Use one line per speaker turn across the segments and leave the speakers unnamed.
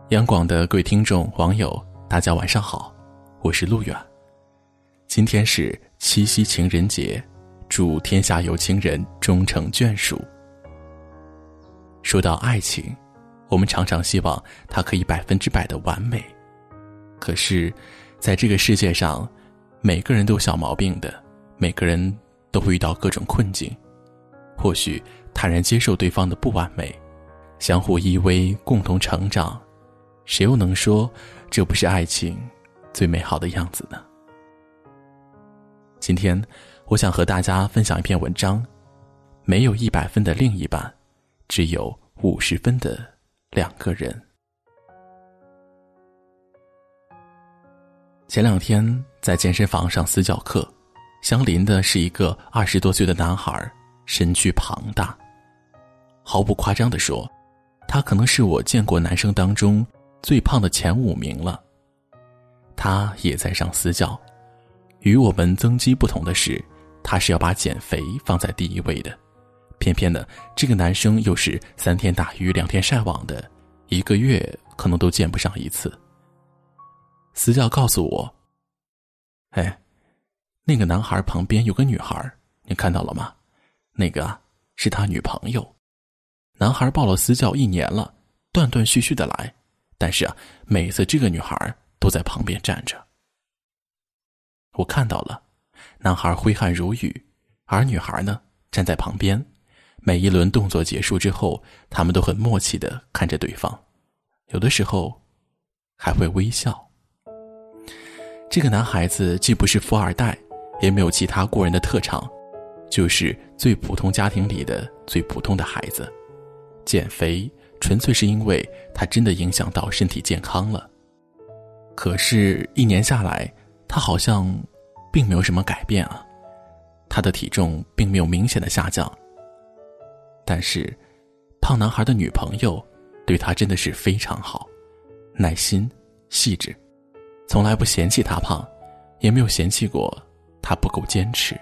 央广的各位听众网友大家晚上好，我是陆远。今天是七夕情人节，祝天下有情人终成眷属。说到爱情，我们常常希望它可以100%的完美，可是在这个世界上，每个人都有小毛病的，每个人都会遇到各种困境。或许坦然接受对方的不完美，相互依偎，共同成长，谁又能说这不是爱情最美好的样子呢？今天我想和大家分享一篇文章，没有100分的另一半，只有50分的两个人。前2天在健身房上私教课，相邻的是一个20多岁的男孩，身躯庞大，毫不夸张地说，他可能是我见过男生当中最胖的前5名了。他也在上私教，与我们增肌不同的是，他是要把减肥放在第一位的。偏偏呢，这个男生又是3天打鱼2天晒网的，1个月可能都见不上1次。私教告诉我，那个男孩旁边有个女孩，你看到了吗？那个是他女朋友。男孩报了私教1年了，断断续续的来，但是每次这个女孩都在旁边站着。我看到了，男孩挥汗如雨，而女孩呢，站在旁边。每一轮动作结束之后，他们都很默契地看着对方，有的时候还会微笑。这个男孩子既不是富二代，也没有其他过人的特长，就是最普通家庭里的最普通的孩子。减肥纯粹是因为他真的影响到身体健康了。可是1年下来，他好像并没有什么改变啊，他的体重并没有明显的下降。但是胖男孩的女朋友对他真的是非常好，耐心细致，从来不嫌弃他胖，也没有嫌弃过他不够坚持。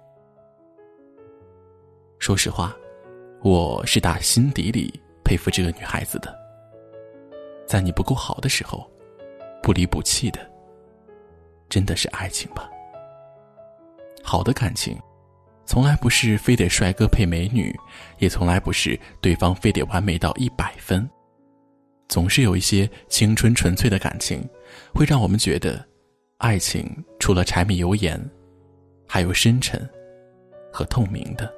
说实话，我是打心底里佩服这个女孩子的。在你不够好的时候，不离不弃的，真的是爱情吧？好的感情从来不是非得帅哥配美女，也从来不是对方非得完美到100分。总是有一些青春纯粹的感情，会让我们觉得爱情除了柴米油盐，还有深沉和透明的。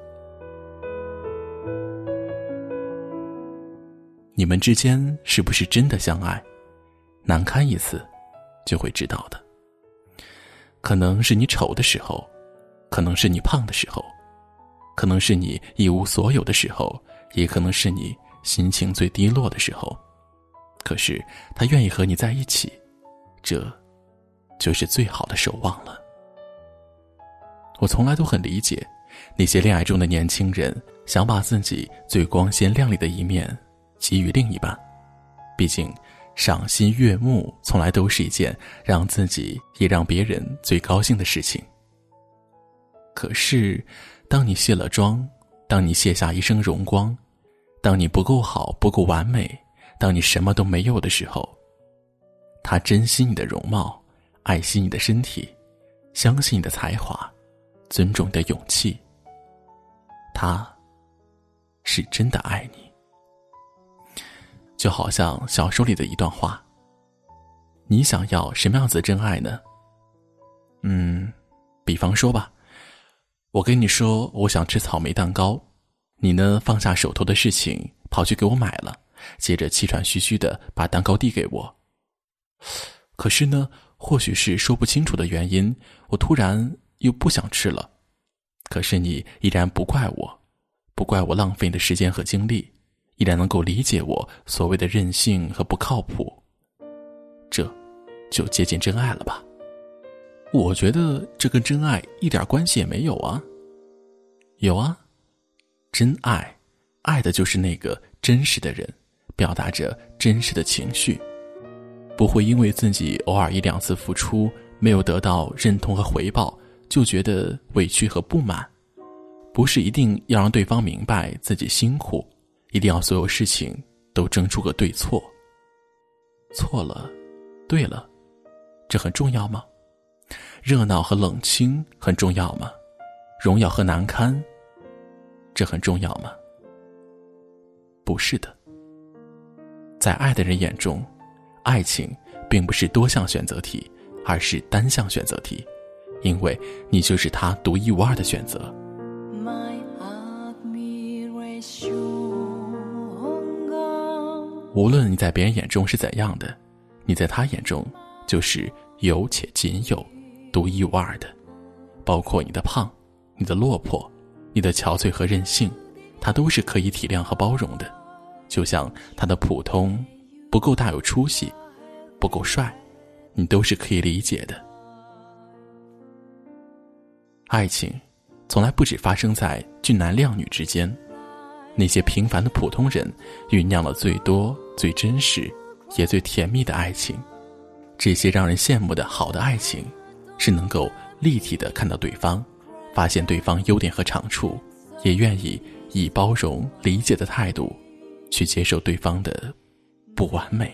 你们之间是不是真的相爱？难堪一次就会知道的。可能是你丑的时候，可能是你胖的时候，可能是你一无所有的时候，也可能是你心情最低落的时候。可是他愿意和你在一起，这就是最好的守望了。我从来都很理解那些恋爱中的年轻人想把自己最光鲜亮丽的一面给予另一半，毕竟赏心悦目从来都是一件让自己也让别人最高兴的事情。可是当你卸了妆，当你卸下一身荣光，当你不够好不够完美，当你什么都没有的时候，他珍惜你的容貌，爱惜你的身体，相信你的才华，尊重你的勇气，他是真的爱你。就好像小说里的一段话，你想要什么样子的真爱呢？比方说吧，我跟你说我想吃草莓蛋糕，你呢放下手头的事情跑去给我买了，接着气喘吁吁地把蛋糕递给我。可是呢，或许是说不清楚的原因，我突然又不想吃了。可是你依然不怪我浪费你的时间和精力，依然能够理解我所谓的任性和不靠谱，这就接近真爱了吧？我觉得这跟真爱一点关系也没有啊。有啊，真爱，爱的就是那个真实的人，表达着真实的情绪，不会因为自己偶尔1-2次付出没有得到认同和回报，就觉得委屈和不满。不是一定要让对方明白自己辛苦，一定要所有事情都争出个对错。 错了，对了，这很重要吗？热闹和冷清很重要吗？荣耀和难堪，这很重要吗？不是的。在爱的人眼中，爱情并不是多项选择题，而是单项选择题，因为你就是他独一无二的选择。无论你在别人眼中是怎样的，你在他眼中就是有且仅有，独一无二的。包括你的胖，你的落魄，你的憔悴和任性，他都是可以体谅和包容的。就像他的普通不够大有出息，不够帅，你都是可以理解的。爱情从来不只发生在俊男靓女之间，那些平凡的普通人酝酿了最多最真实也最甜蜜的爱情。这些让人羡慕的好的爱情，是能够立体地看到对方，发现对方优点和长处，也愿意以包容理解的态度去接受对方的不完美。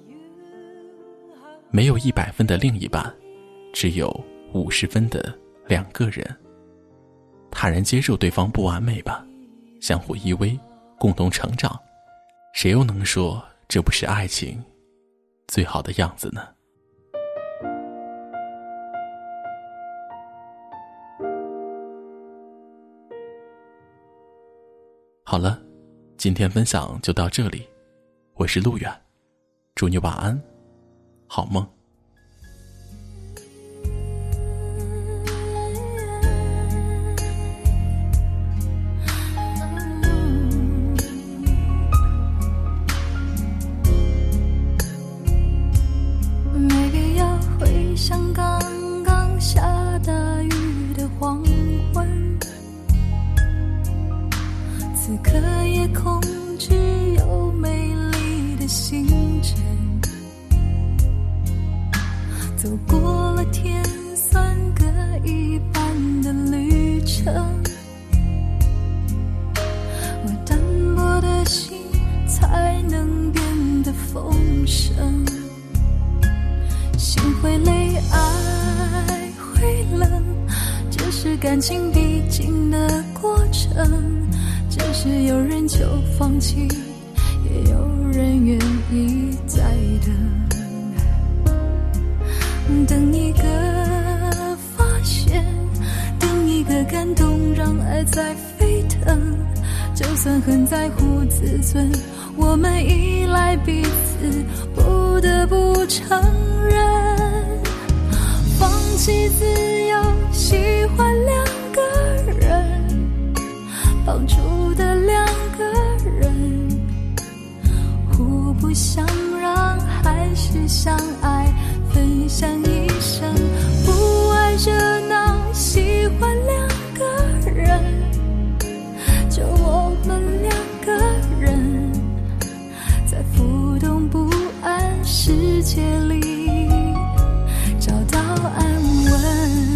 没有100分的另一半，只有50分的两个人。坦然接受对方不完美吧，相互依偎，共同成长。谁又能说这不是爱情最好的样子呢？好了，今天分享就到这里，我是陆远，祝你晚安，好梦。
像刚刚下大雨的黄昏，此刻夜空只有美丽的星辰，走过了天算各一半的旅程，我单薄的心才能变得丰盛。心会累，爱会冷，这是感情必经的过程。只是有人就放弃，也有人愿意再等。等一个发现，等一个感动，让爱在沸腾。就算很在乎自尊，我们依赖彼此，不得不承认，放弃自由，喜欢两个人，抱住的两个人，互不相让，还是相爱，分享一生，不爱热闹，喜欢两个人，就我们两个人，在浮动不安世界里找到安稳。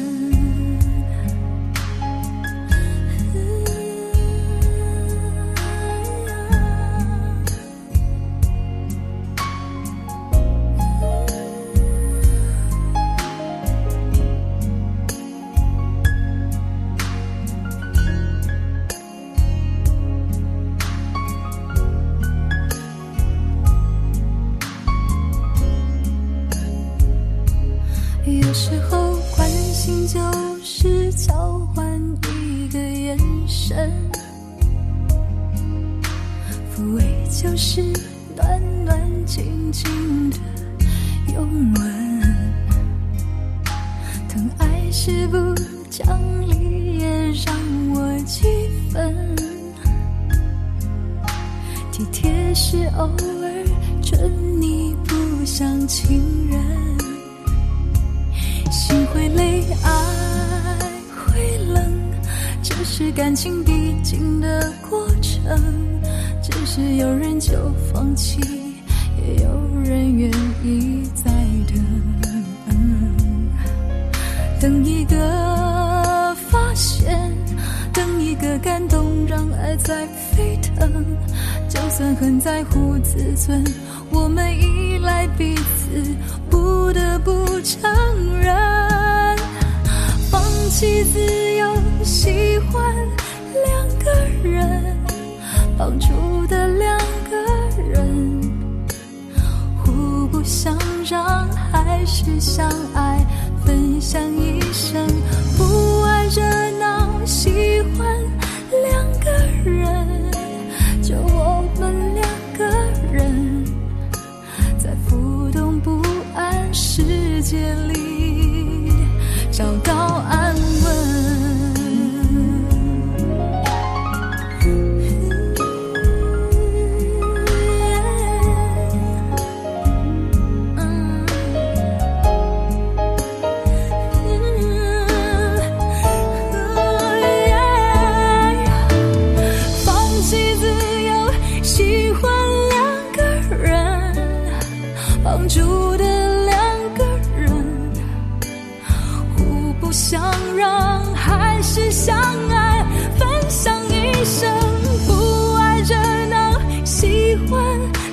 有时候关心就是交换一个眼神，抚慰就是暖暖静静的拥吻，疼爱是不讲理也让我几分，体贴是偶尔准你不像情人。心会累，爱会冷，这是感情必经的过程。只是有人就放弃，也有人愿意再等。等一个发现，等一个感动，让爱在沸腾。就算很在乎自尊，我们依赖赖彼此，不得不承认，放弃自由，喜欢两个人，绑住的两个人，互不相让还是相爱，分享一生，不爱热闹，喜欢两个人，就我们两个人，在浮动不安世界里找到安稳。绑住的两个人，互不相让还是相爱，分享一生，不爱热闹，喜欢